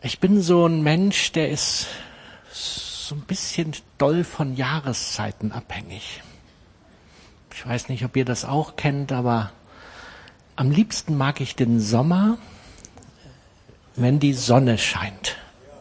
Ich bin so ein Mensch, der ist so ein bisschen doll von Jahreszeiten abhängig. Ich weiß nicht, ob ihr das auch kennt, aber am liebsten mag ich den Sommer, wenn die Sonne scheint.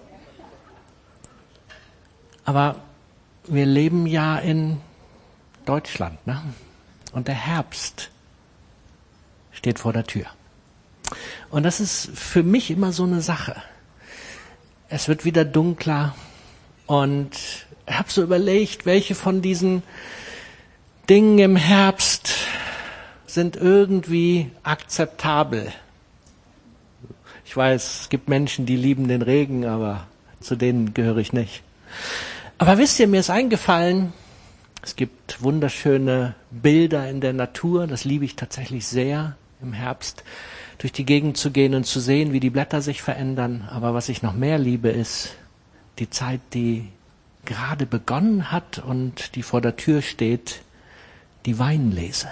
Aber wir leben ja in Deutschland, ne? Und der Herbst steht vor der Tür. Und das ist für mich immer so eine Sache. Es wird wieder dunkler und ich habe so überlegt, welche von diesen Dingen im Herbst sind irgendwie akzeptabel. Ich weiß, es gibt Menschen, die lieben den Regen, aber zu denen gehöre ich nicht. Aber wisst ihr, mir ist eingefallen, es gibt wunderschöne Bilder in der Natur, das liebe ich tatsächlich sehr im Herbst, durch die Gegend zu gehen und zu sehen, wie die Blätter sich verändern. Aber was ich noch mehr liebe, ist die Zeit, die gerade begonnen hat und die vor der Tür steht, die Weinlese.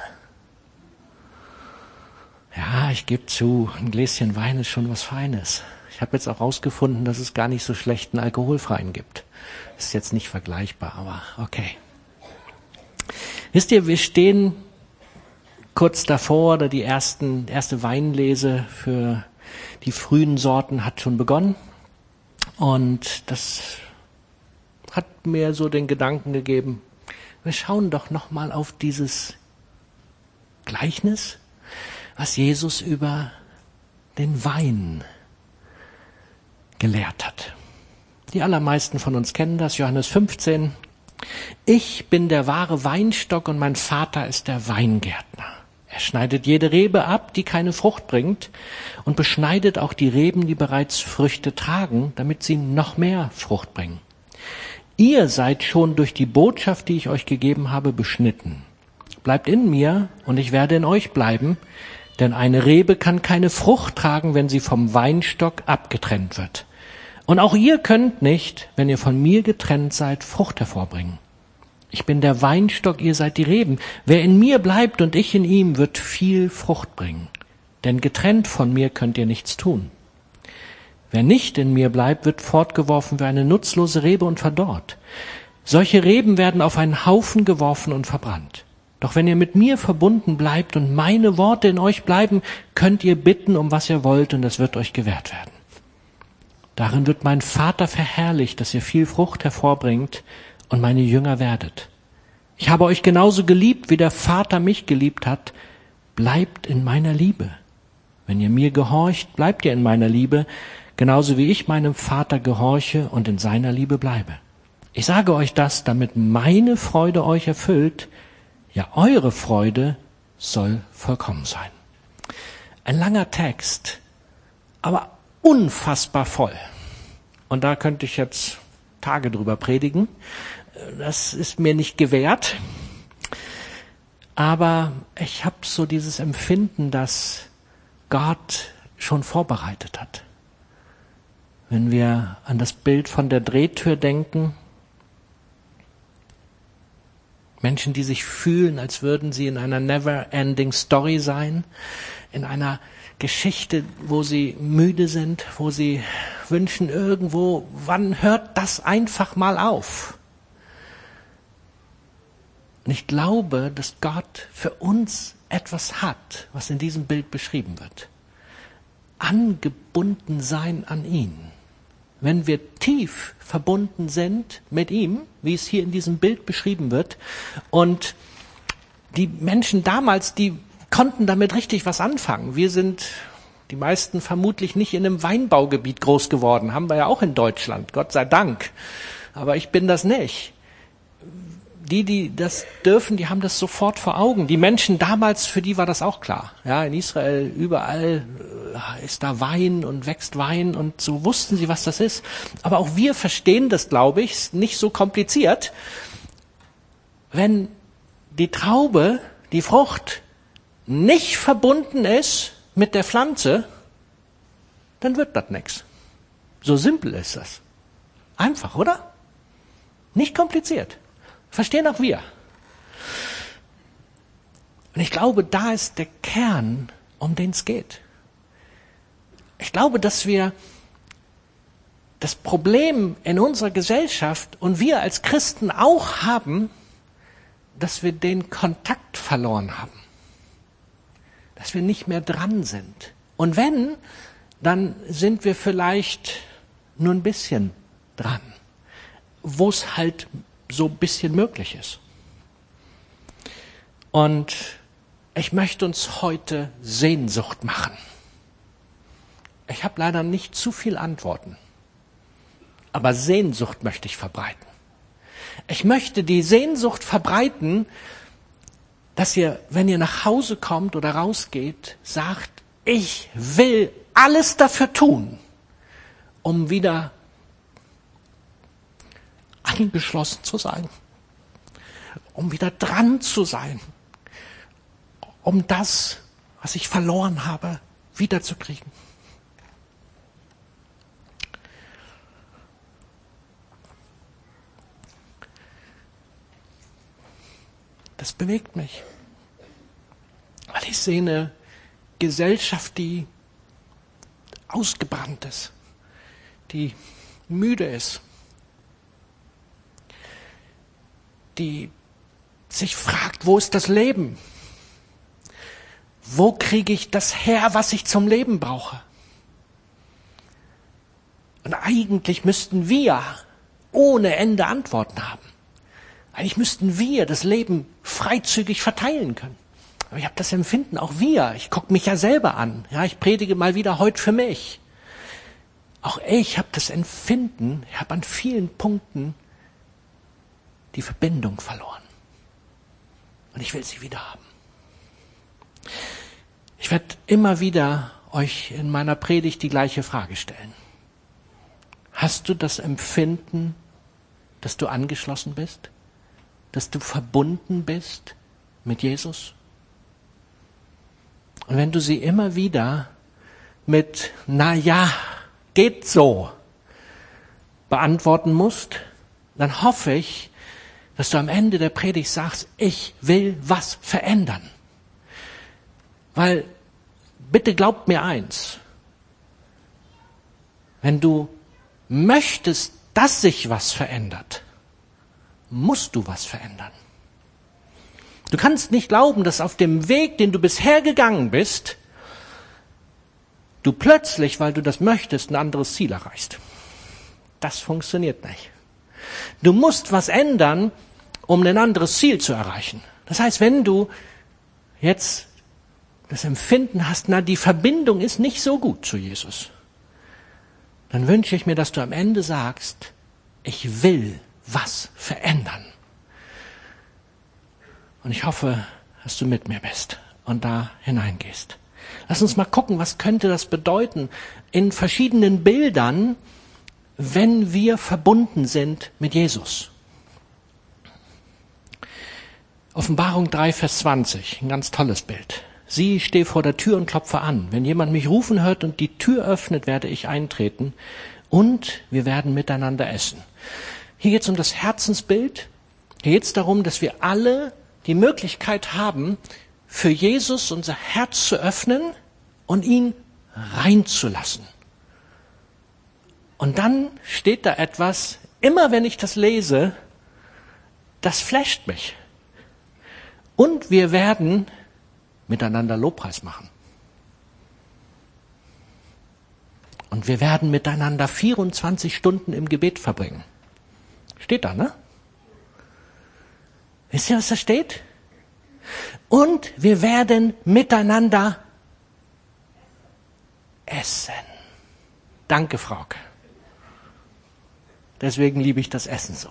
Ja, ich gebe zu, ein Gläschen Wein ist schon was Feines. Ich habe jetzt auch rausgefunden, dass es gar nicht so schlecht einen alkoholfreien gibt. Ist jetzt nicht vergleichbar, aber okay. Wisst ihr, wir stehen kurz davor, oder die erste Weinlese für die frühen Sorten hat schon begonnen. Und das hat mir so den Gedanken gegeben, wir schauen doch nochmal auf dieses Gleichnis, was Jesus über den Wein gelehrt hat. Die allermeisten von uns kennen das, Johannes 15. Ich bin der wahre Weinstock und mein Vater ist der Weingärtner. Er schneidet jede Rebe ab, die keine Frucht bringt, und beschneidet auch die Reben, die bereits Früchte tragen, damit sie noch mehr Frucht bringen. Ihr seid schon durch die Botschaft, die ich euch gegeben habe, beschnitten. Bleibt in mir und ich werde in euch bleiben, denn eine Rebe kann keine Frucht tragen, wenn sie vom Weinstock abgetrennt wird. Und auch ihr könnt nicht, wenn ihr von mir getrennt seid, Frucht hervorbringen. Ich bin der Weinstock, ihr seid die Reben. Wer in mir bleibt und ich in ihm, wird viel Frucht bringen. Denn getrennt von mir könnt ihr nichts tun. Wer nicht in mir bleibt, wird fortgeworfen wie eine nutzlose Rebe und verdorrt. Solche Reben werden auf einen Haufen geworfen und verbrannt. Doch wenn ihr mit mir verbunden bleibt und meine Worte in euch bleiben, könnt ihr bitten, um was ihr wollt, und es wird euch gewährt werden. Darin wird mein Vater verherrlicht, dass ihr viel Frucht hervorbringt und meine Jünger werdet. Ich habe euch genauso geliebt, wie der Vater mich geliebt hat. Bleibt in meiner Liebe. Wenn ihr mir gehorcht, bleibt ihr in meiner Liebe, genauso wie ich meinem Vater gehorche und in seiner Liebe bleibe. Ich sage euch das, damit meine Freude euch erfüllt. Ja, eure Freude soll vollkommen sein. Ein langer Text, aber unfassbar voll. Und da könnte ich jetzt Tage drüber predigen. Das ist mir nicht gewährt. Aber ich habe so dieses Empfinden, dass Gott schon vorbereitet hat. Wenn wir an das Bild von der Drehtür denken, Menschen, die sich fühlen, als würden sie in einer never-ending Story sein, in einer Geschichte, wo sie müde sind, wo sie wünschen irgendwo, wann hört das einfach mal auf? Und ich glaube, dass Gott für uns etwas hat, was in diesem Bild beschrieben wird. Angebunden sein an ihn. Wenn wir tief verbunden sind mit ihm, wie es hier in diesem Bild beschrieben wird, und die Menschen damals, die konnten damit richtig was anfangen. Wir sind, die meisten vermutlich nicht in einem Weinbaugebiet groß geworden, haben wir ja auch in Deutschland, Gott sei Dank. Aber ich bin das nicht. Die das dürfen, die haben das sofort vor Augen. Die Menschen damals, für die war das auch klar. Ja, in Israel überall ist da Wein und wächst Wein und so wussten sie, was das ist. Aber auch wir verstehen das, glaube ich, nicht so kompliziert. Wenn die Traube, die Frucht, nicht verbunden ist mit der Pflanze, dann wird das nichts. So simpel ist das. Einfach, oder? Nicht kompliziert. Verstehen auch wir. Und ich glaube, da ist der Kern, um den es geht. Ich glaube, dass wir das Problem in unserer Gesellschaft und wir als Christen auch haben, dass wir den Kontakt verloren haben. Dass wir nicht mehr dran sind. Und wenn, dann sind wir vielleicht nur ein bisschen dran, wo es halt so ein bisschen möglich ist. Und ich möchte uns heute Sehnsucht machen. Ich habe leider nicht zu viel Antworten, aber Sehnsucht möchte ich verbreiten. Ich möchte die Sehnsucht verbreiten, dass ihr, wenn ihr nach Hause kommt oder rausgeht, sagt, ich will alles dafür tun, um wieder angeschlossen zu sein, um wieder dran zu sein, um das, was ich verloren habe, wiederzukriegen. Das bewegt mich, weil ich sehe eine Gesellschaft, die ausgebrannt ist, die müde ist, die sich fragt, wo ist das Leben? Wo kriege ich das her, was ich zum Leben brauche? Und eigentlich müssten wir ohne Ende Antworten haben. Eigentlich müssten wir das Leben freizügig verteilen können. Aber ich habe das Empfinden, auch wir. Ich gucke mich ja selber an. Ja, ich predige mal wieder heute für mich. Auch ich habe das Empfinden, ich habe an vielen Punkten die Verbindung verloren. Und ich will sie wieder haben. Ich werde immer wieder euch in meiner Predigt die gleiche Frage stellen. Hast du das Empfinden, dass du angeschlossen bist? Dass du verbunden bist mit Jesus? Und wenn du sie immer wieder mit, na ja, geht so, beantworten musst, dann hoffe ich, dass du am Ende der Predigt sagst, ich will was verändern. Weil, bitte glaubt mir eins, wenn du möchtest, dass sich was verändert, musst du was verändern. Du kannst nicht glauben, dass auf dem Weg, den du bisher gegangen bist, du plötzlich, weil du das möchtest, ein anderes Ziel erreichst. Das funktioniert nicht. Du musst was ändern, um ein anderes Ziel zu erreichen. Das heißt, wenn du jetzt das Empfinden hast, na, die Verbindung ist nicht so gut zu Jesus, dann wünsche ich mir, dass du am Ende sagst, ich will was verändern. Und ich hoffe, dass du mit mir bist und da hineingehst. Lass uns mal gucken, was könnte das bedeuten in verschiedenen Bildern, wenn wir verbunden sind mit Jesus. Offenbarung 3, Vers 20, ein ganz tolles Bild. Sieh, ich stehe vor der Tür und klopfe an. Wenn jemand mich rufen hört und die Tür öffnet, werde ich eintreten und wir werden miteinander essen. Hier geht es um das Herzensbild. Hier geht es darum, dass wir alle die Möglichkeit haben, für Jesus unser Herz zu öffnen und ihn reinzulassen. Und dann steht da etwas, immer wenn ich das lese, das flasht mich. Und wir werden miteinander Lobpreis machen. Und wir werden miteinander 24 Stunden im Gebet verbringen. Steht da, ne? Wisst ihr, was da steht? Und wir werden miteinander essen. Danke, Frauke. Deswegen liebe ich das Essen so.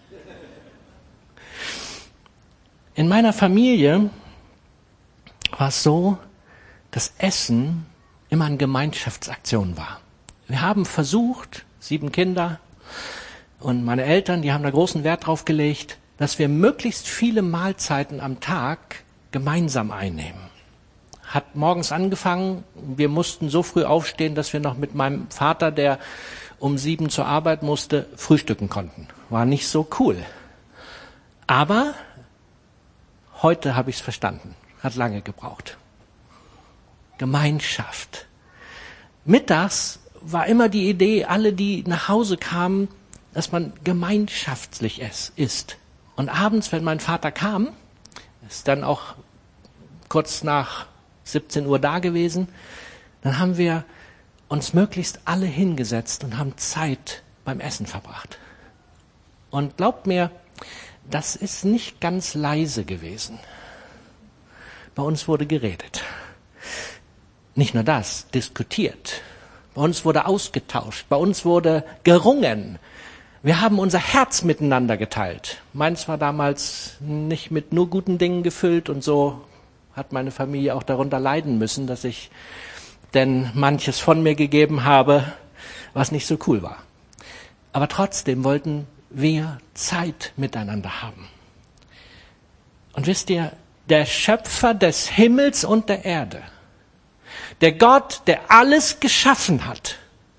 In meiner Familie war es so, dass Essen immer eine Gemeinschaftsaktion war. Wir haben versucht, 7 Kinder und meine Eltern, die haben da großen Wert drauf gelegt, dass wir möglichst viele Mahlzeiten am Tag gemeinsam einnehmen. Hat morgens angefangen, wir mussten so früh aufstehen, dass wir noch mit meinem Vater, der um 7 zur Arbeit musste, frühstücken konnten. War nicht so cool. Aber heute habe ich es verstanden. Hat lange gebraucht. Gemeinschaft. Mittags war immer die Idee, alle, die nach Hause kamen, dass man gemeinschaftlich isst. Und abends, wenn mein Vater kam, ist dann auch kurz nach 17 Uhr da gewesen, dann haben wir uns möglichst alle hingesetzt und haben Zeit beim Essen verbracht. Und glaubt mir, das ist nicht ganz leise gewesen. Bei uns wurde geredet. Nicht nur das, diskutiert. Bei uns wurde ausgetauscht. Bei uns wurde gerungen. Wir haben unser Herz miteinander geteilt. Meins war damals nicht mit nur guten Dingen gefüllt und so hat meine Familie auch darunter leiden müssen, dass ich denn manches von mir gegeben habe, was nicht so cool war. Aber trotzdem wollten wir Zeit miteinander haben. Und wisst ihr, der Schöpfer des Himmels und der Erde, der Gott, der alles geschaffen hat.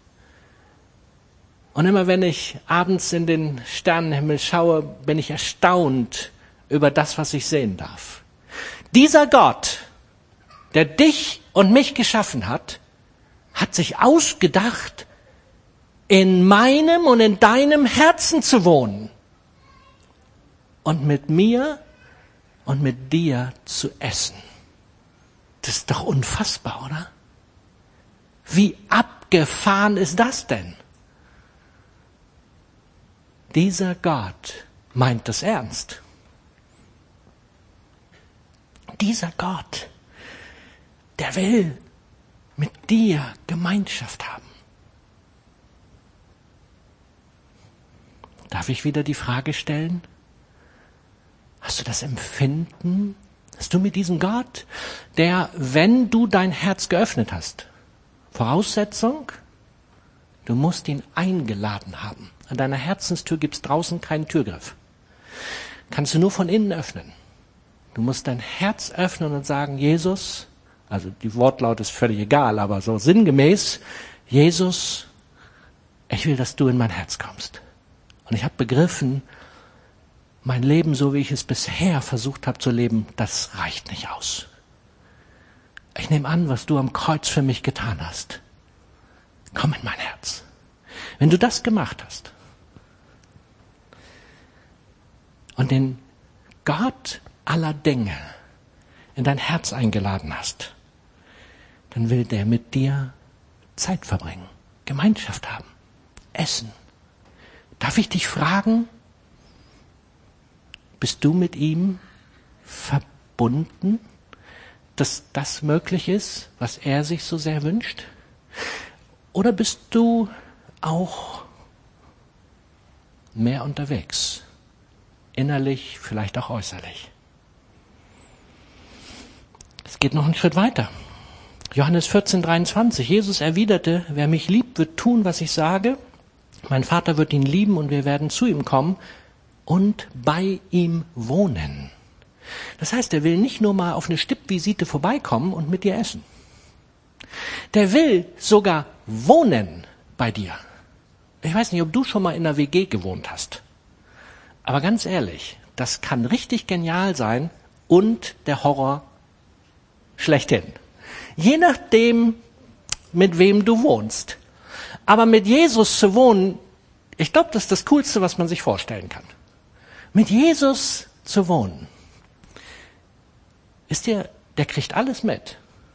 Und immer wenn ich abends in den Sternenhimmel schaue, bin ich erstaunt über das, was ich sehen darf. Dieser Gott, der dich und mich geschaffen hat, hat sich ausgedacht, in meinem und in deinem Herzen zu wohnen und mit mir und mit dir zu essen. Das ist doch unfassbar, oder? Wie abgefahren ist das denn? Dieser Gott meint das ernst. Dieser Gott, der will mit dir Gemeinschaft haben. Darf ich wieder die Frage stellen? Hast du das Empfinden, dass du mit diesem Gott, der, wenn du dein Herz geöffnet hast, Voraussetzung, du musst ihn eingeladen haben. An deiner Herzenstür gibt's draußen keinen Türgriff. Kannst du nur von innen öffnen. Du musst dein Herz öffnen und sagen, Jesus, also die Wortlaut ist völlig egal, aber so sinngemäß, Jesus, ich will, dass du in mein Herz kommst. Und ich habe begriffen, mein Leben, so wie ich es bisher versucht habe zu leben, das reicht nicht aus. Ich nehme an, was du am Kreuz für mich getan hast. Komm in mein Herz. Wenn du das gemacht hast und den Gott aller Dinge in dein Herz eingeladen hast, dann will der mit dir Zeit verbringen, Gemeinschaft haben, essen. Darf ich dich fragen, bist du mit ihm verbunden, dass das möglich ist, was er sich so sehr wünscht? Oder bist du auch mehr unterwegs, innerlich, vielleicht auch äußerlich? Es geht noch einen Schritt weiter. Johannes 14,23. Jesus erwiderte, wer mich liebt, wird tun, was ich sage. Mein Vater wird ihn lieben und wir werden zu ihm kommen und bei ihm wohnen. Das heißt, er will nicht nur mal auf eine Stippvisite vorbeikommen und mit dir essen. Der will sogar wohnen bei dir. Ich weiß nicht, ob du schon mal in einer WG gewohnt hast. Aber ganz ehrlich, das kann richtig genial sein und der Horror schlechthin. Je nachdem, mit wem du wohnst. Aber mit Jesus zu wohnen, ich glaube, das ist das Coolste, was man sich vorstellen kann. Mit Jesus zu wohnen. Wisst ihr, der kriegt alles mit.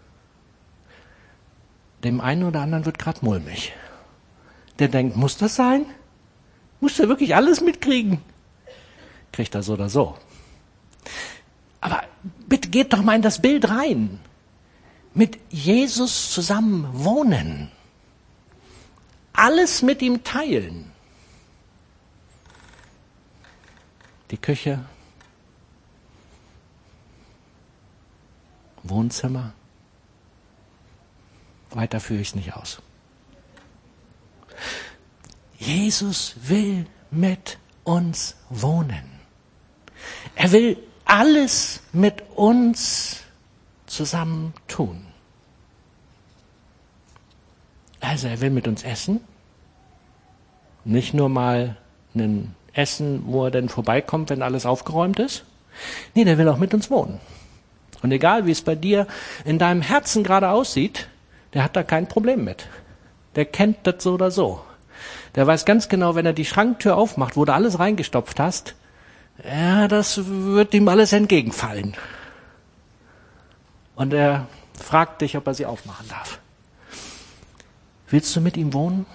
Dem einen oder anderen wird gerade mulmig. Der denkt, muss das sein? Muss der wirklich alles mitkriegen? Kriegt er so oder so. Aber bitte geht doch mal in das Bild rein. Mit Jesus zusammen wohnen. Alles mit ihm teilen. Die Küche, Wohnzimmer. Weiter führe ich es nicht aus. Jesus will mit uns wohnen. Er will alles mit uns zusammen tun. Also er will mit uns essen. Nicht nur mal ein Essen, wo er denn vorbeikommt, wenn alles aufgeräumt ist. Nee, der will auch mit uns wohnen. Und egal, wie es bei dir in deinem Herzen gerade aussieht, der hat da kein Problem mit. Der kennt das so oder so. Der weiß ganz genau, wenn er die Schranktür aufmacht, wo du alles reingestopft hast, ja, das wird ihm alles entgegenfallen. Und er fragt dich, ob er sie aufmachen darf. Willst du mit ihm wohnen?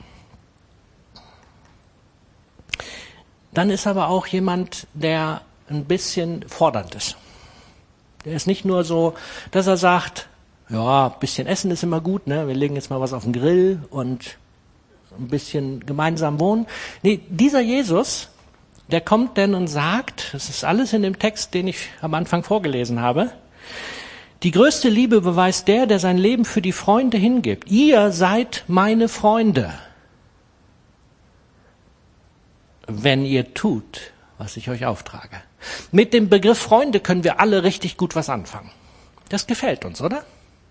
Dann ist aber auch jemand, der ein bisschen fordernd ist. Der ist nicht nur so, dass er sagt, ja, ein bisschen Essen ist immer gut, ne? Wir legen jetzt mal was auf den Grill und ein bisschen gemeinsam wohnen. Nee, dieser Jesus, der kommt denn und sagt, das ist alles in dem Text, den ich am Anfang vorgelesen habe, die größte Liebe beweist der sein Leben für die Freunde hingibt. Ihr seid meine Freunde, wenn ihr tut, was ich euch auftrage. Mit dem Begriff Freunde können wir alle richtig gut was anfangen. Das gefällt uns, oder?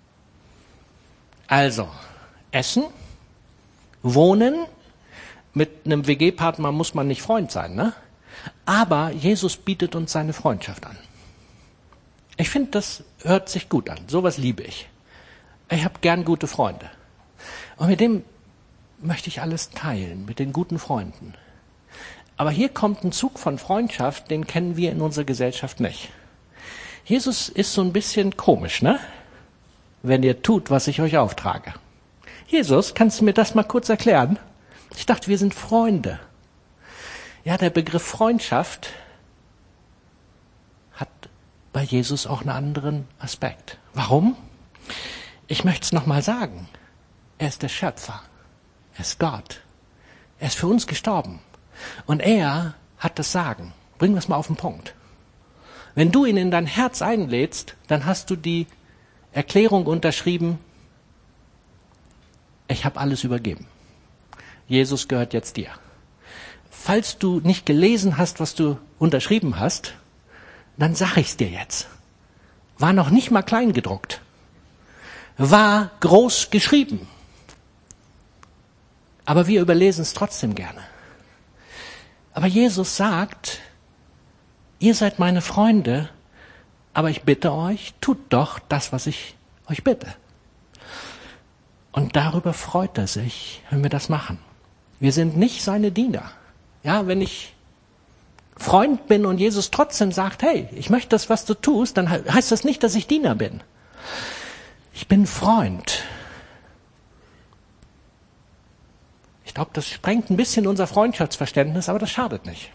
Also, Essen, Wohnen, mit einem WG-Partner muss man nicht Freund sein, ne? Aber Jesus bietet uns seine Freundschaft an. Ich finde, das hört sich gut an. Sowas liebe ich. Ich habe gern gute Freunde. Und mit dem möchte ich alles teilen, mit den guten Freunden. Aber hier kommt ein Zug von Freundschaft, den kennen wir in unserer Gesellschaft nicht. Jesus ist so ein bisschen komisch, ne? Wenn ihr tut, was ich euch auftrage. Jesus, kannst du mir das mal kurz erklären? Ich dachte, wir sind Freunde. Ja, der Begriff Freundschaft hat bei Jesus auch einen anderen Aspekt. Warum? Ich möchte es nochmal sagen. Er ist der Schöpfer. Er ist Gott. Er ist für uns gestorben. Und er hat das Sagen. Bringen wir es mal auf den Punkt. Wenn du ihn in dein Herz einlädst, dann hast du die Erklärung unterschrieben, ich habe alles übergeben. Jesus gehört jetzt dir. Falls du nicht gelesen hast, was du unterschrieben hast, dann sag ich's dir jetzt. War noch nicht mal klein gedruckt. War groß geschrieben. Aber wir überlesen es trotzdem gerne. Aber Jesus sagt, ihr seid meine Freunde, aber ich bitte euch, tut doch das, was ich euch bitte. Und darüber freut er sich, wenn wir das machen. Wir sind nicht seine Diener. Ja, wenn ich Freund bin und Jesus trotzdem sagt, hey, ich möchte das, was du tust, dann heißt das nicht, dass ich Diener bin. Ich bin Freund. Ich glaube, das sprengt ein bisschen unser Freundschaftsverständnis, aber das schadet nicht.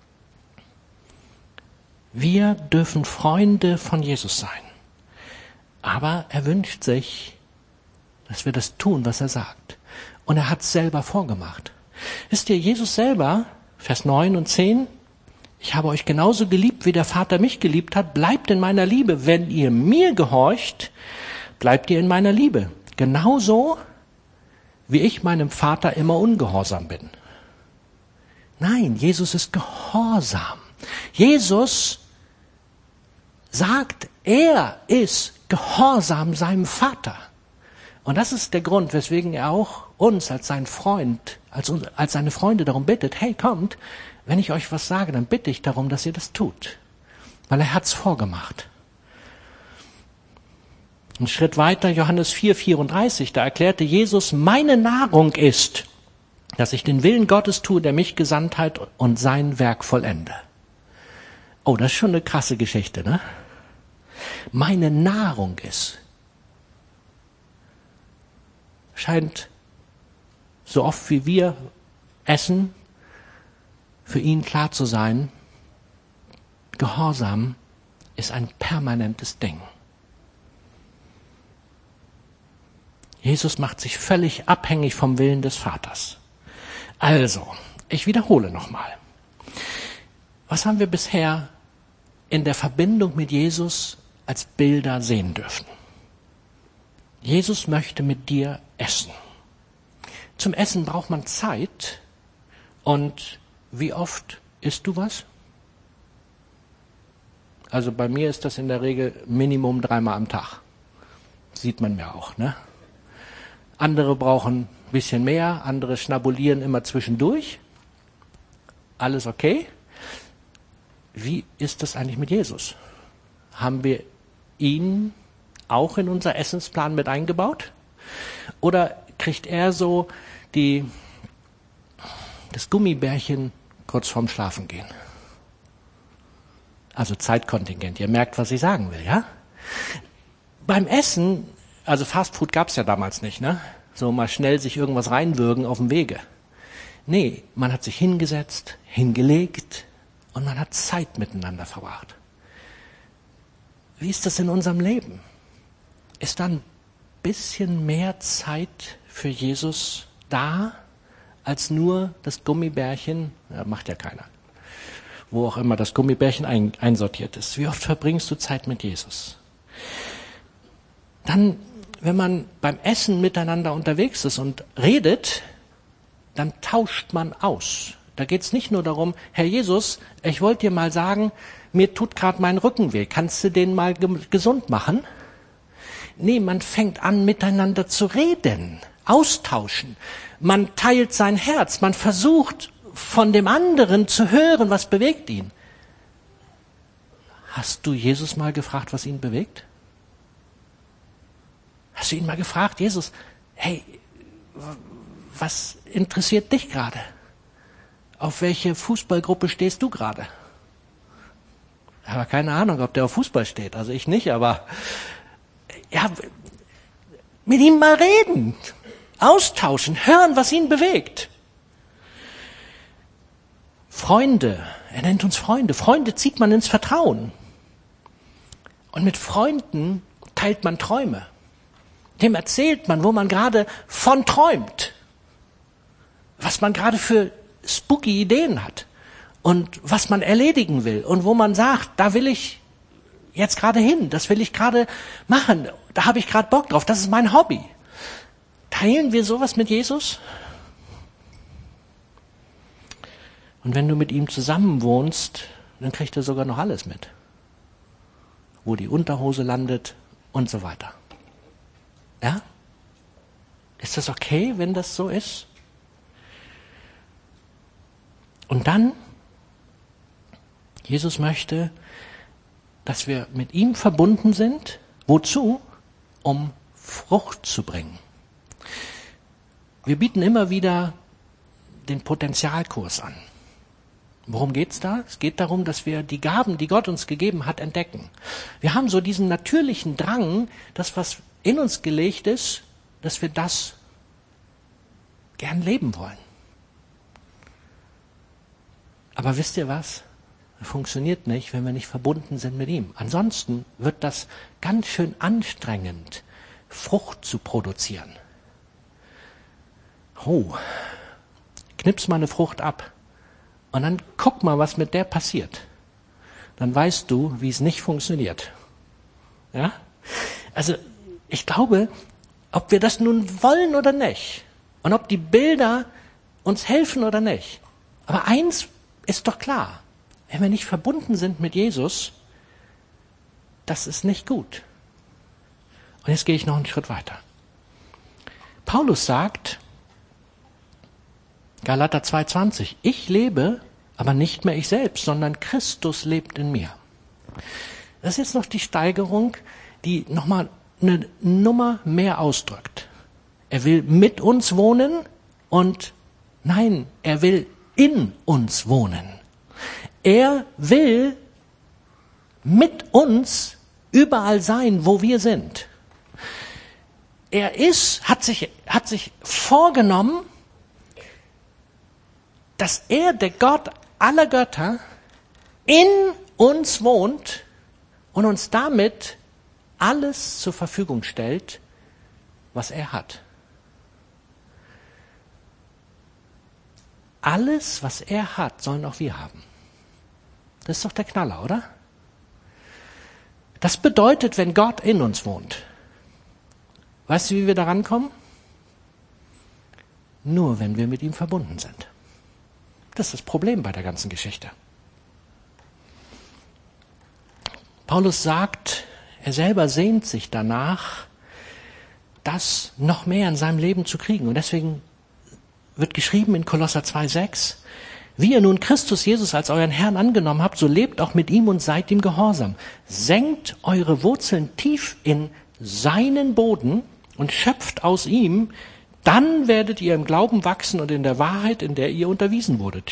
Wir dürfen Freunde von Jesus sein. Aber er wünscht sich, dass wir das tun, was er sagt. Und er hat es selber vorgemacht. Wisst ihr, Jesus selber, Vers 9 und 10, ich habe euch genauso geliebt, wie der Vater mich geliebt hat, bleibt in meiner Liebe. Wenn ihr mir gehorcht, bleibt ihr in meiner Liebe. Genauso, wie ich meinem Vater immer ungehorsam bin. Nein, Jesus ist gehorsam. Jesus sagt, er ist gehorsam seinem Vater. Und das ist der Grund, weswegen er auch uns als sein Freund, als seine Freunde darum bittet, hey, kommt, wenn ich euch was sage, dann bitte ich darum, dass ihr das tut. Weil er hat's vorgemacht. Ein Schritt weiter, Johannes 4,34, da erklärte Jesus, meine Nahrung ist, dass ich den Willen Gottes tue, der mich gesandt hat und sein Werk vollende. Oh, das ist schon eine krasse Geschichte, ne? Meine Nahrung ist. Scheint, so oft wie wir essen, für ihn klar zu sein, Gehorsam ist ein permanentes Ding. Jesus macht sich völlig abhängig vom Willen des Vaters. Also, ich wiederhole nochmal. Was haben wir bisher in der Verbindung mit Jesus als Bilder sehen dürfen? Jesus möchte mit dir essen. Zum Essen braucht man Zeit. Und wie oft isst du was? Also bei mir ist das in der Regel Minimum 3-mal am Tag. Sieht man mir auch, ne? Andere brauchen ein bisschen mehr, andere schnabulieren immer zwischendurch. Alles okay. Wie ist das eigentlich mit Jesus? Haben wir ihn auch in unser Essensplan mit eingebaut? Oder kriegt er so das Gummibärchen kurz vorm Schlafengehen. Also Zeitkontingent. Ihr merkt, was ich sagen will, ja? Beim Essen, also Fastfood gab's ja damals nicht, ne? So mal schnell sich irgendwas reinwürgen auf dem Wege. Nee, man hat sich hingesetzt, hingelegt und man hat Zeit miteinander verbracht. Wie ist das in unserem Leben? Ist da ein bisschen mehr Zeit für Jesus da, als nur das Gummibärchen? Ja, macht ja keiner. Wo auch immer das Gummibärchen einsortiert ist. Wie oft verbringst du Zeit mit Jesus? Dann, wenn man beim Essen miteinander unterwegs ist und redet, dann tauscht man aus. Da geht es nicht nur darum, Herr Jesus, ich wollte dir mal sagen, mir tut gerade mein Rücken weh, kannst du den mal gesund machen? Nee, man fängt an, miteinander zu reden, austauschen. Man teilt sein Herz, man versucht von dem anderen zu hören, was bewegt ihn. Hast du Jesus mal gefragt, was ihn bewegt? Hast du ihn mal gefragt, Jesus, hey, was interessiert dich gerade? Auf welche Fußballgruppe stehst du gerade? Aber keine Ahnung, ob der auf Fußball steht. Also ich nicht, aber ja, mit ihm mal reden, austauschen, hören, was ihn bewegt. Freunde, er nennt uns Freunde. Freunde zieht man ins Vertrauen. Und mit Freunden teilt man Träume. Dem erzählt man, wo man gerade von träumt. Was man gerade für spooky Ideen hat. Und was man erledigen will. Und wo man sagt, da will ich jetzt gerade hin. Das will ich gerade machen. Da habe ich gerade Bock drauf. Das ist mein Hobby. Teilen wir sowas mit Jesus? Und wenn du mit ihm zusammen wohnst, dann kriegt er sogar noch alles mit. Wo die Unterhose landet und so weiter. Ja? Ist das okay, wenn das so ist? Und dann, Jesus möchte, dass wir mit ihm verbunden sind. Wozu? Um Frucht zu bringen. Wir bieten immer wieder den Potenzialkurs an. Worum geht's da? Es geht darum, dass wir die Gaben, die Gott uns gegeben hat, entdecken. Wir haben so diesen natürlichen Drang, das, was in uns gelegt ist, dass wir das gern leben wollen. Aber wisst ihr was? Das funktioniert nicht, wenn wir nicht verbunden sind mit ihm. Ansonsten wird das ganz schön anstrengend, Frucht zu produzieren. Oh, knips mal eine Frucht ab. Und dann guck mal, was mit der passiert. Dann weißt du, wie es nicht funktioniert. Ja? Also, ich glaube, ob wir das nun wollen oder nicht, und ob die Bilder uns helfen oder nicht, aber eins ist doch klar, wenn wir nicht verbunden sind mit Jesus, das ist nicht gut. Und jetzt gehe ich noch einen Schritt weiter. Paulus sagt, Galater 2,20, ich lebe, aber nicht mehr ich selbst, sondern Christus lebt in mir. Das ist jetzt noch die Steigerung, die nochmal eine Nummer mehr ausdrückt. Er will mit uns wohnen und nein, er will in uns wohnen. Er will mit uns überall sein, wo wir sind. Er hat sich vorgenommen, dass er, der Gott aller Götter, in uns wohnt und uns damit alles zur Verfügung stellt, was er hat. Alles, was er hat, sollen auch wir haben. Das ist doch der Knaller, oder? Das bedeutet, wenn Gott in uns wohnt. Weißt du, wie wir da rankommen? Nur, wenn wir mit ihm verbunden sind. Das ist das Problem bei der ganzen Geschichte. Paulus sagt, er selber sehnt sich danach, das noch mehr in seinem Leben zu kriegen. Und deswegen wird geschrieben in Kolosser 2,6, wie ihr nun Christus Jesus als euren Herrn angenommen habt, so lebt auch mit ihm und seid ihm gehorsam. Senkt eure Wurzeln tief in seinen Boden und schöpft aus ihm, Dann werdet ihr im Glauben wachsen und in der Wahrheit, in der ihr unterwiesen wurdet,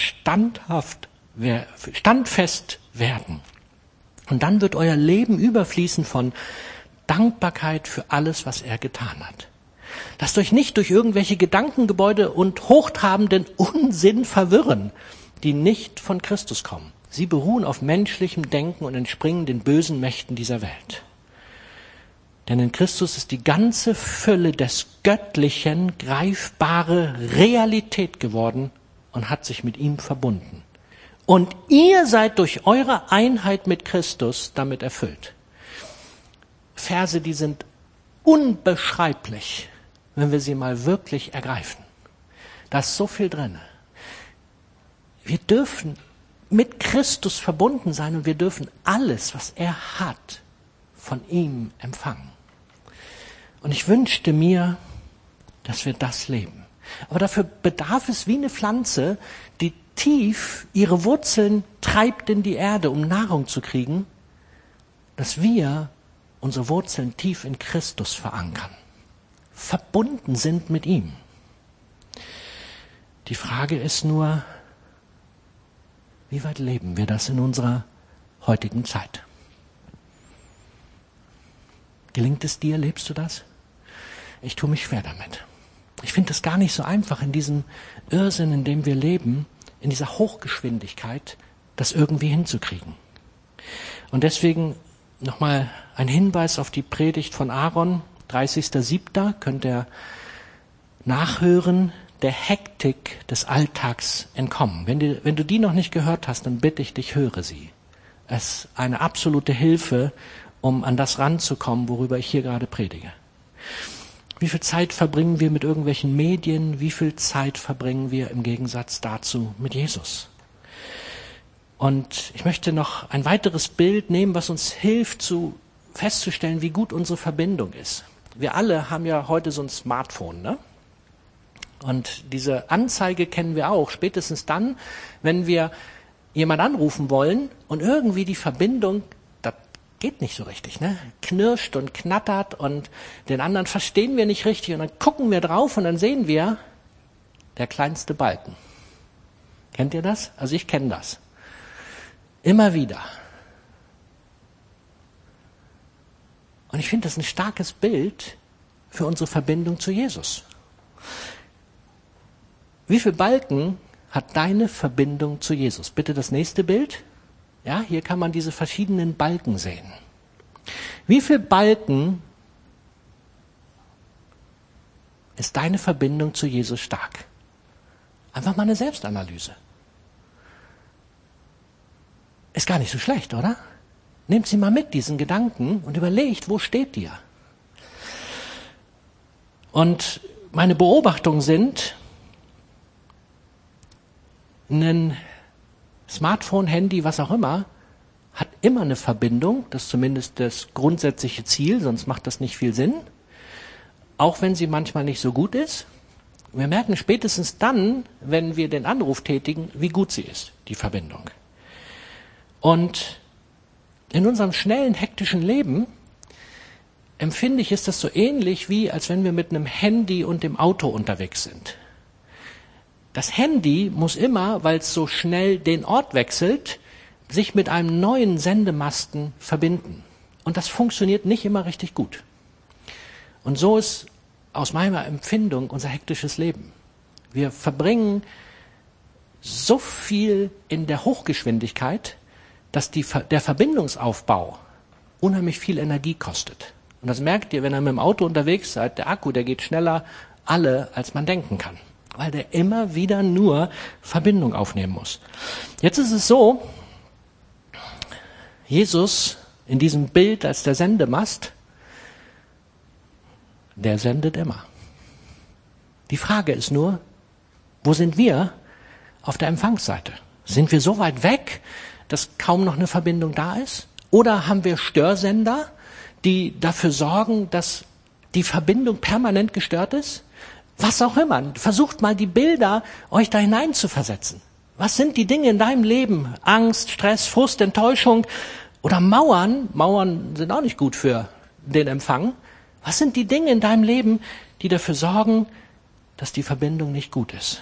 standfest werden. Und dann wird euer Leben überfließen von Dankbarkeit für alles, was er getan hat. Lasst euch nicht durch irgendwelche Gedankengebäude und hochtrabenden Unsinn verwirren, die nicht von Christus kommen. Sie beruhen auf menschlichem Denken und entspringen den bösen Mächten dieser Welt. Denn in Christus ist die ganze Fülle des Göttlichen greifbare Realität geworden und hat sich mit ihm verbunden. Und ihr seid durch eure Einheit mit Christus damit erfüllt. Verse, die sind unbeschreiblich, wenn wir sie mal wirklich ergreifen. Da ist so viel drin. Wir dürfen mit Christus verbunden sein und wir dürfen alles, was er hat, von ihm empfangen. Und ich wünschte mir, dass wir das leben. Aber dafür bedarf es wie eine Pflanze, die tief ihre Wurzeln treibt in die Erde, um Nahrung zu kriegen, dass wir unsere Wurzeln tief in Christus verankern, verbunden sind mit ihm. Die Frage ist nur, wie weit leben wir das in unserer heutigen Zeit? Gelingt es dir? Lebst du das? Ich tue mich schwer damit. Ich finde es gar nicht so einfach, in diesem Irrsinn, in dem wir leben, in dieser Hochgeschwindigkeit, das irgendwie hinzukriegen. Und deswegen nochmal ein Hinweis auf die Predigt von Aaron, 30.07. könnt ihr nachhören, der Hektik des Alltags entkommen. Wenn du die noch nicht gehört hast, dann bitte ich dich, höre sie. Es ist eine absolute Hilfe, um an das ranzukommen, worüber ich hier gerade predige. Wie viel Zeit verbringen wir mit irgendwelchen Medien? Wie viel Zeit verbringen wir im Gegensatz dazu mit Jesus? Und ich möchte noch ein weiteres Bild nehmen, was uns hilft, festzustellen, wie gut unsere Verbindung ist. Wir alle haben ja heute so ein Smartphone, ne? Und diese Anzeige kennen wir auch, spätestens dann, wenn wir jemand anrufen wollen und irgendwie die Verbindung, das geht nicht so richtig, ne? Knirscht und knattert und den anderen verstehen wir nicht richtig und dann gucken wir drauf und dann sehen wir der kleinste Balken. Kennt ihr das? Also ich kenne das. Immer wieder. Und ich finde das ein starkes Bild für unsere Verbindung zu Jesus. Wie viele Balken hat deine Verbindung zu Jesus? Bitte das nächste Bild. Ja, hier kann man diese verschiedenen Balken sehen. Wie viele Balken ist deine Verbindung zu Jesus stark? Einfach mal eine Selbstanalyse. Ist gar nicht so schlecht, oder? Nehmt sie mal mit, diesen Gedanken, und überlegt, wo steht ihr? Und meine Beobachtungen sind, ein Smartphone, Handy, was auch immer, hat immer eine Verbindung. Das ist zumindest das grundsätzliche Ziel, sonst macht das nicht viel Sinn. Auch wenn sie manchmal nicht so gut ist. Wir merken spätestens dann, wenn wir den Anruf tätigen, wie gut sie ist, die Verbindung. Und in unserem schnellen, hektischen Leben empfinde ich, ist das so ähnlich wie, als wenn wir mit einem Handy und dem Auto unterwegs sind. Das Handy muss immer, weil es so schnell den Ort wechselt, sich mit einem neuen Sendemasten verbinden. Und das funktioniert nicht immer richtig gut. Und so ist aus meiner Empfindung unser hektisches Leben. Wir verbringen so viel in der Hochgeschwindigkeit, dass der Verbindungsaufbau unheimlich viel Energie kostet. Und das merkt ihr, wenn ihr mit dem Auto unterwegs seid, der Akku, der geht schneller alle, als man denken kann. Weil der immer wieder nur Verbindung aufnehmen muss. Jetzt ist es so, Jesus in diesem Bild als der Sendemast, der sendet immer. Die Frage ist nur, wo sind wir auf der Empfangsseite? Sind wir so weit weg, dass kaum noch eine Verbindung da ist? Oder haben wir Störsender, die dafür sorgen, dass die Verbindung permanent gestört ist? Was auch immer. Versucht mal die Bilder, euch da hinein zu versetzen. Was sind die Dinge in deinem Leben? Angst, Stress, Frust, Enttäuschung oder Mauern? Mauern sind auch nicht gut für den Empfang. Was sind die Dinge in deinem Leben, die dafür sorgen, dass die Verbindung nicht gut ist.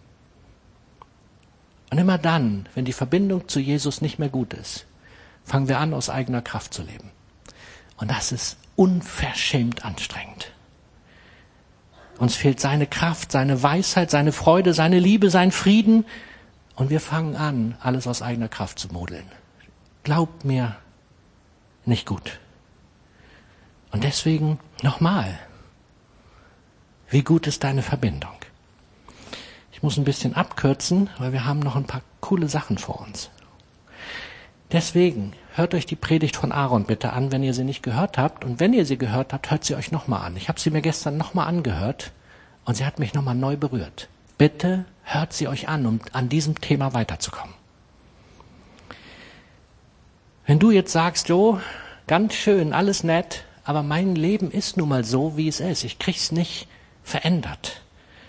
Und immer dann, wenn die Verbindung zu Jesus nicht mehr gut ist, fangen wir an, aus eigener Kraft zu leben. Und das ist unverschämt anstrengend. Uns fehlt seine Kraft, seine Weisheit, seine Freude, seine Liebe, sein Frieden. Und wir fangen an, alles aus eigener Kraft zu modeln. Glaubt mir, nicht gut. Und deswegen nochmal, wie gut ist deine Verbindung? Ich muss ein bisschen abkürzen, weil wir haben noch ein paar coole Sachen vor uns. Deswegen hört euch die Predigt von Aaron bitte an, wenn ihr sie nicht gehört habt. Und wenn ihr sie gehört habt, hört sie euch nochmal an. Ich habe sie mir gestern nochmal angehört und sie hat mich nochmal neu berührt. Bitte hört sie euch an, um an diesem Thema weiterzukommen. Wenn du jetzt sagst, jo, ganz schön, alles nett, aber mein Leben ist nun mal so, wie es ist. Ich krieg's nicht verändert.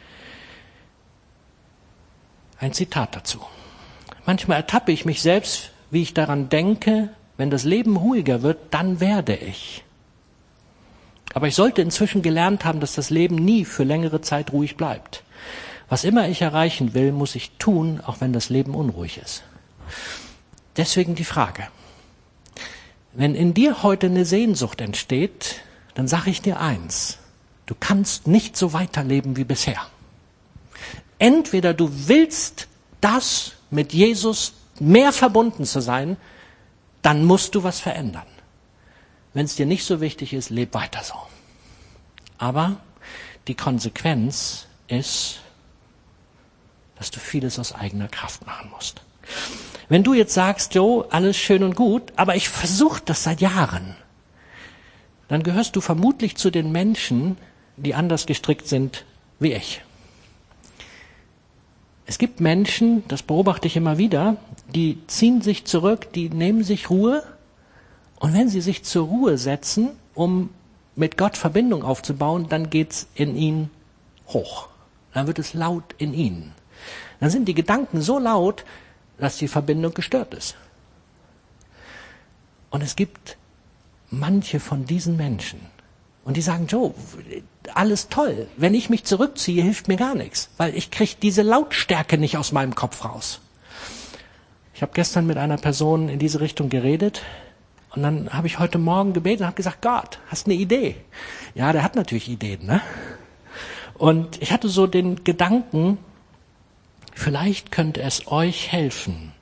Ein Zitat dazu. Manchmal ertappe ich mich selbst, wie ich daran denke, wenn das Leben ruhiger wird, dann werde ich. Aber ich sollte inzwischen gelernt haben, dass das Leben nie für längere Zeit ruhig bleibt. Was immer ich erreichen will, muss ich tun, auch wenn das Leben unruhig ist. Deswegen die Frage. Wenn in dir heute eine Sehnsucht entsteht, dann sage ich dir eins. Du kannst nicht so weiterleben wie bisher. Entweder du willst das mit Jesus mehr verbunden zu sein, dann musst du was verändern. Wenn es dir nicht so wichtig ist, leb weiter so. Aber die Konsequenz ist, dass du vieles aus eigener Kraft machen musst. Wenn du jetzt sagst, jo, alles schön und gut, aber ich versuche das seit Jahren, dann gehörst du vermutlich zu den Menschen, die anders gestrickt sind wie ich. Es gibt Menschen, das beobachte ich immer wieder, die ziehen sich zurück, die nehmen sich Ruhe und wenn sie sich zur Ruhe setzen, um mit Gott Verbindung aufzubauen, dann geht's in ihnen hoch. Dann wird es laut in ihnen. Dann sind die Gedanken so laut, dass die Verbindung gestört ist. Und es gibt manche von diesen Menschen, und die sagen, Joe, alles toll. Wenn ich mich zurückziehe, hilft mir gar nichts, weil ich kriege diese Lautstärke nicht aus meinem Kopf raus. Ich habe gestern mit einer Person in diese Richtung geredet und dann habe ich heute Morgen gebetet und habe gesagt, Gott, hast eine Idee? Ja, der hat natürlich Ideen, ne? Und ich hatte so den Gedanken, vielleicht könnte es euch helfen,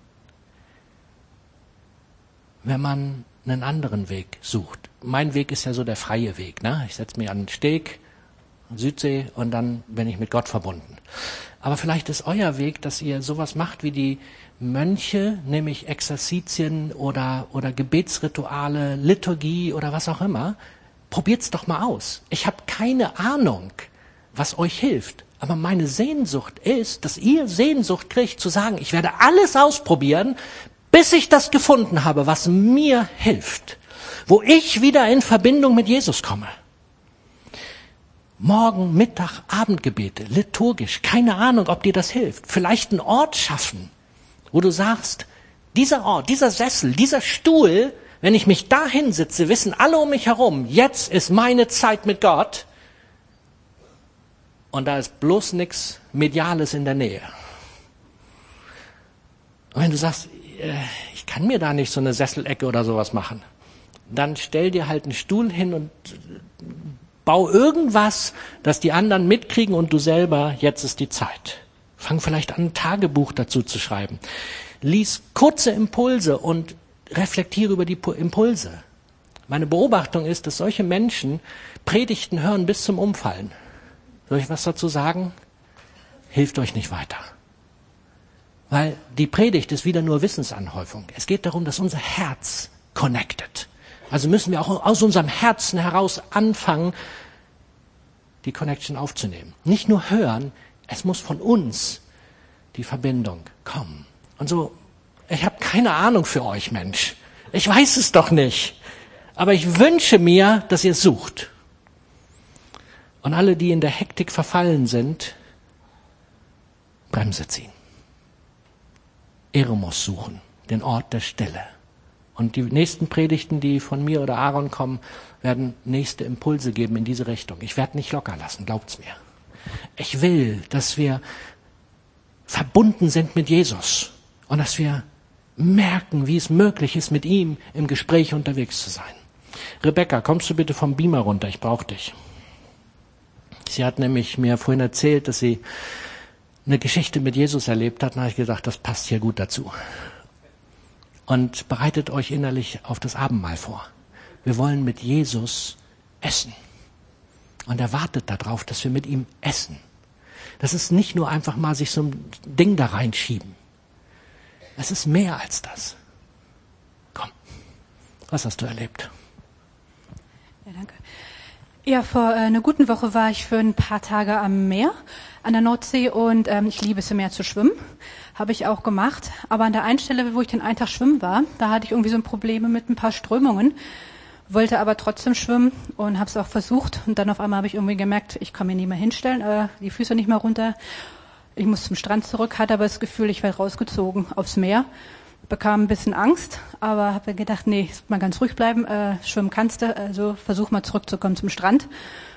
wenn man einen anderen Weg sucht. Mein Weg ist ja so der freie Weg, ne? Ich setze mich an den Steg, Südsee und dann bin ich mit Gott verbunden. Aber vielleicht ist euer Weg, dass ihr sowas macht wie die Mönche, nämlich Exerzitien oder Gebetsrituale, Liturgie oder was auch immer. Probiert's doch mal aus. Ich habe keine Ahnung, was euch hilft. Aber meine Sehnsucht ist, dass ihr Sehnsucht kriegt, zu sagen, ich werde alles ausprobieren, bis ich das gefunden habe, was mir hilft. Wo ich wieder in Verbindung mit Jesus komme. Morgen, Mittag, Abendgebete, liturgisch, keine Ahnung, ob dir das hilft. Vielleicht einen Ort schaffen, wo du sagst, dieser Ort, dieser Sessel, dieser Stuhl, wenn ich mich da hinsitze, wissen alle um mich herum, jetzt ist meine Zeit mit Gott. Und da ist bloß nichts Mediales in der Nähe. Und wenn du sagst, ich kann mir da nicht so eine Sesselecke oder sowas machen, dann stell dir halt einen Stuhl hin und bau irgendwas, dass die anderen mitkriegen und du selber, jetzt ist die Zeit. Fang vielleicht an, ein Tagebuch dazu zu schreiben. Lies kurze Impulse und reflektiere über die Impulse. Meine Beobachtung ist, dass solche Menschen Predigten hören bis zum Umfallen. Soll ich was dazu sagen? Hilft euch nicht weiter. Weil die Predigt ist wieder nur Wissensanhäufung. Es geht darum, dass unser Herz connected. Also müssen wir auch aus unserem Herzen heraus anfangen, die Connection aufzunehmen. Nicht nur hören, es muss von uns die Verbindung kommen. Und so, ich habe keine Ahnung für euch, Mensch. Ich weiß es doch nicht. Aber ich wünsche mir, dass ihr es sucht. Und alle, die in der Hektik verfallen sind, Bremse ziehen. Eremos suchen, den Ort der Stille. Und die nächsten Predigten, die von mir oder Aaron kommen, werden nächste Impulse geben in diese Richtung. Ich werde nicht locker lassen, glaubt's mir. Ich will, dass wir verbunden sind mit Jesus und dass wir merken, wie es möglich ist, mit ihm im Gespräch unterwegs zu sein. Rebecca, kommst du bitte vom Beamer runter? Ich brauche dich. Sie hat nämlich mir vorhin erzählt, dass sie eine Geschichte mit Jesus erlebt hat. Und da habe ich gedacht, das passt hier gut dazu. Und bereitet euch innerlich auf das Abendmahl vor. Wir wollen mit Jesus essen. Und er wartet darauf, dass wir mit ihm essen. Das ist nicht nur einfach mal sich so ein Ding da reinschieben. Es ist mehr als das. Komm, was hast du erlebt? Ja, danke. Ja, vor einer guten Woche war ich für ein paar Tage am Meer, an der Nordsee, und ich liebe es, im Meer zu schwimmen. Habe ich auch gemacht. Aber an der einen Stelle, wo ich den einen Tag schwimmen war, da hatte ich irgendwie so Probleme mit ein paar Strömungen, wollte aber trotzdem schwimmen und habe es auch versucht. Und dann auf einmal habe ich irgendwie gemerkt, ich kann mich nicht mehr hinstellen, die Füße nicht mehr runter. Ich muss zum Strand zurück, hatte aber das Gefühl, ich werde rausgezogen aufs Meer. Bekam ein bisschen Angst, aber habe gedacht, nee, mal ganz ruhig bleiben, schwimmen kannst du, also versuch mal zurückzukommen zum Strand.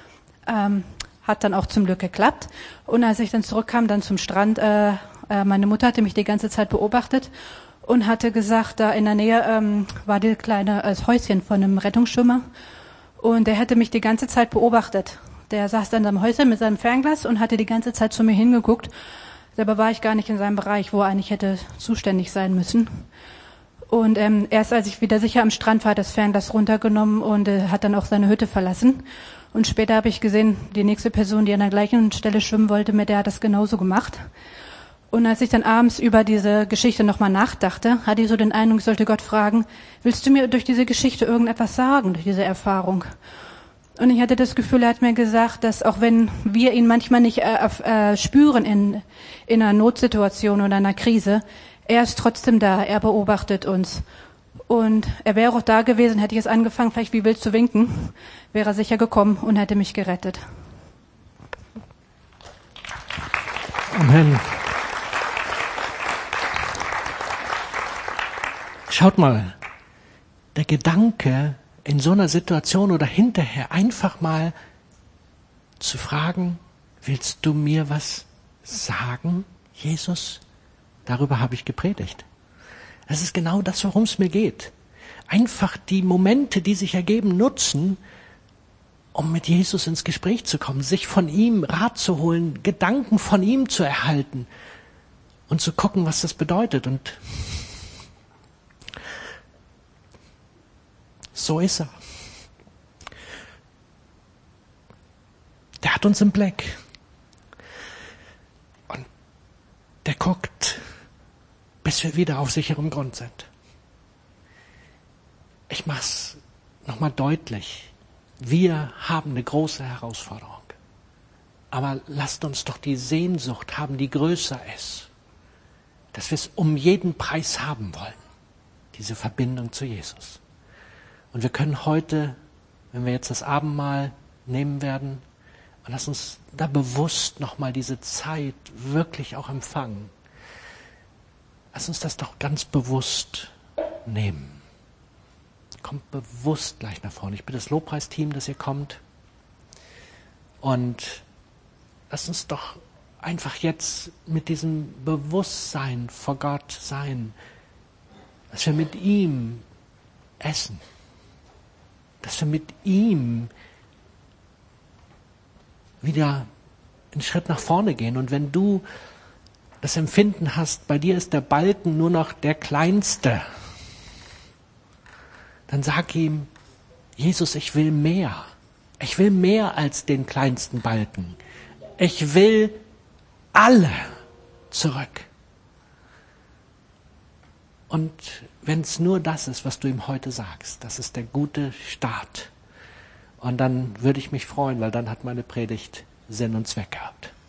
Hat dann auch zum Glück geklappt. Und als ich dann zurückkam, dann zum Strand, meine Mutter hatte mich die ganze Zeit beobachtet und hatte gesagt, da in der Nähe war die kleine Häuschen von einem Rettungsschwimmer, und der hätte mich die ganze Zeit beobachtet. Der saß dann am Häuschen mit seinem Fernglas und hatte die ganze Zeit zu mir hingeguckt. Dabei war ich gar nicht in seinem Bereich, wo er eigentlich hätte zuständig sein müssen. Und erst als ich wieder sicher am Strand war, hat das Fernglas runtergenommen und hat dann auch seine Hütte verlassen. Und später habe ich gesehen, die nächste Person, die an der gleichen Stelle schwimmen wollte, mit der hat das genauso gemacht. Und als ich dann abends über diese Geschichte nochmal nachdachte, hatte ich so den Eindruck, ich sollte Gott fragen, willst du mir durch diese Geschichte irgendetwas sagen, durch diese Erfahrung? Und ich hatte das Gefühl, er hat mir gesagt, dass auch wenn wir ihn manchmal nicht spüren in einer Notsituation oder einer Krise, er ist trotzdem da, er beobachtet uns. Und er wäre auch da gewesen, hätte ich es angefangen, vielleicht wie wild zu winken, wäre er sicher gekommen und hätte mich gerettet. Amen. Schaut mal, der Gedanke, in so einer Situation oder hinterher einfach mal zu fragen, willst du mir was sagen, Jesus? Darüber habe ich gepredigt. Das ist genau das, worum es mir geht. Einfach die Momente, die sich ergeben, nutzen, um mit Jesus ins Gespräch zu kommen, sich von ihm Rat zu holen, Gedanken von ihm zu erhalten und zu gucken, was das bedeutet. Und so ist er. Der hat uns im Blick. Und der guckt, bis wir wieder auf sicherem Grund sind. Ich mach's nochmal deutlich. Wir haben eine große Herausforderung. Aber lasst uns doch die Sehnsucht haben, die größer ist. Dass wir es um jeden Preis haben wollen. Diese Verbindung zu Jesus. Und wir können heute, wenn wir jetzt das Abendmahl nehmen werden, und lass uns da bewusst nochmal diese Zeit wirklich auch empfangen. Lass uns das doch ganz bewusst nehmen. Kommt bewusst gleich nach vorne. Ich bitte das Lobpreisteam, dass ihr kommt. Und lass uns doch einfach jetzt mit diesem Bewusstsein vor Gott sein, dass wir mit ihm essen. Dass wir mit ihm wieder einen Schritt nach vorne gehen. Und wenn du das Empfinden hast, bei dir ist der Balken nur noch der kleinste, dann sag ihm, Jesus, ich will mehr. Ich will mehr als den kleinsten Balken. Ich will alle zurück. Und wenn es nur das ist, was du ihm heute sagst, das ist der gute Start. Und dann würde ich mich freuen, weil dann hat meine Predigt Sinn und Zweck gehabt.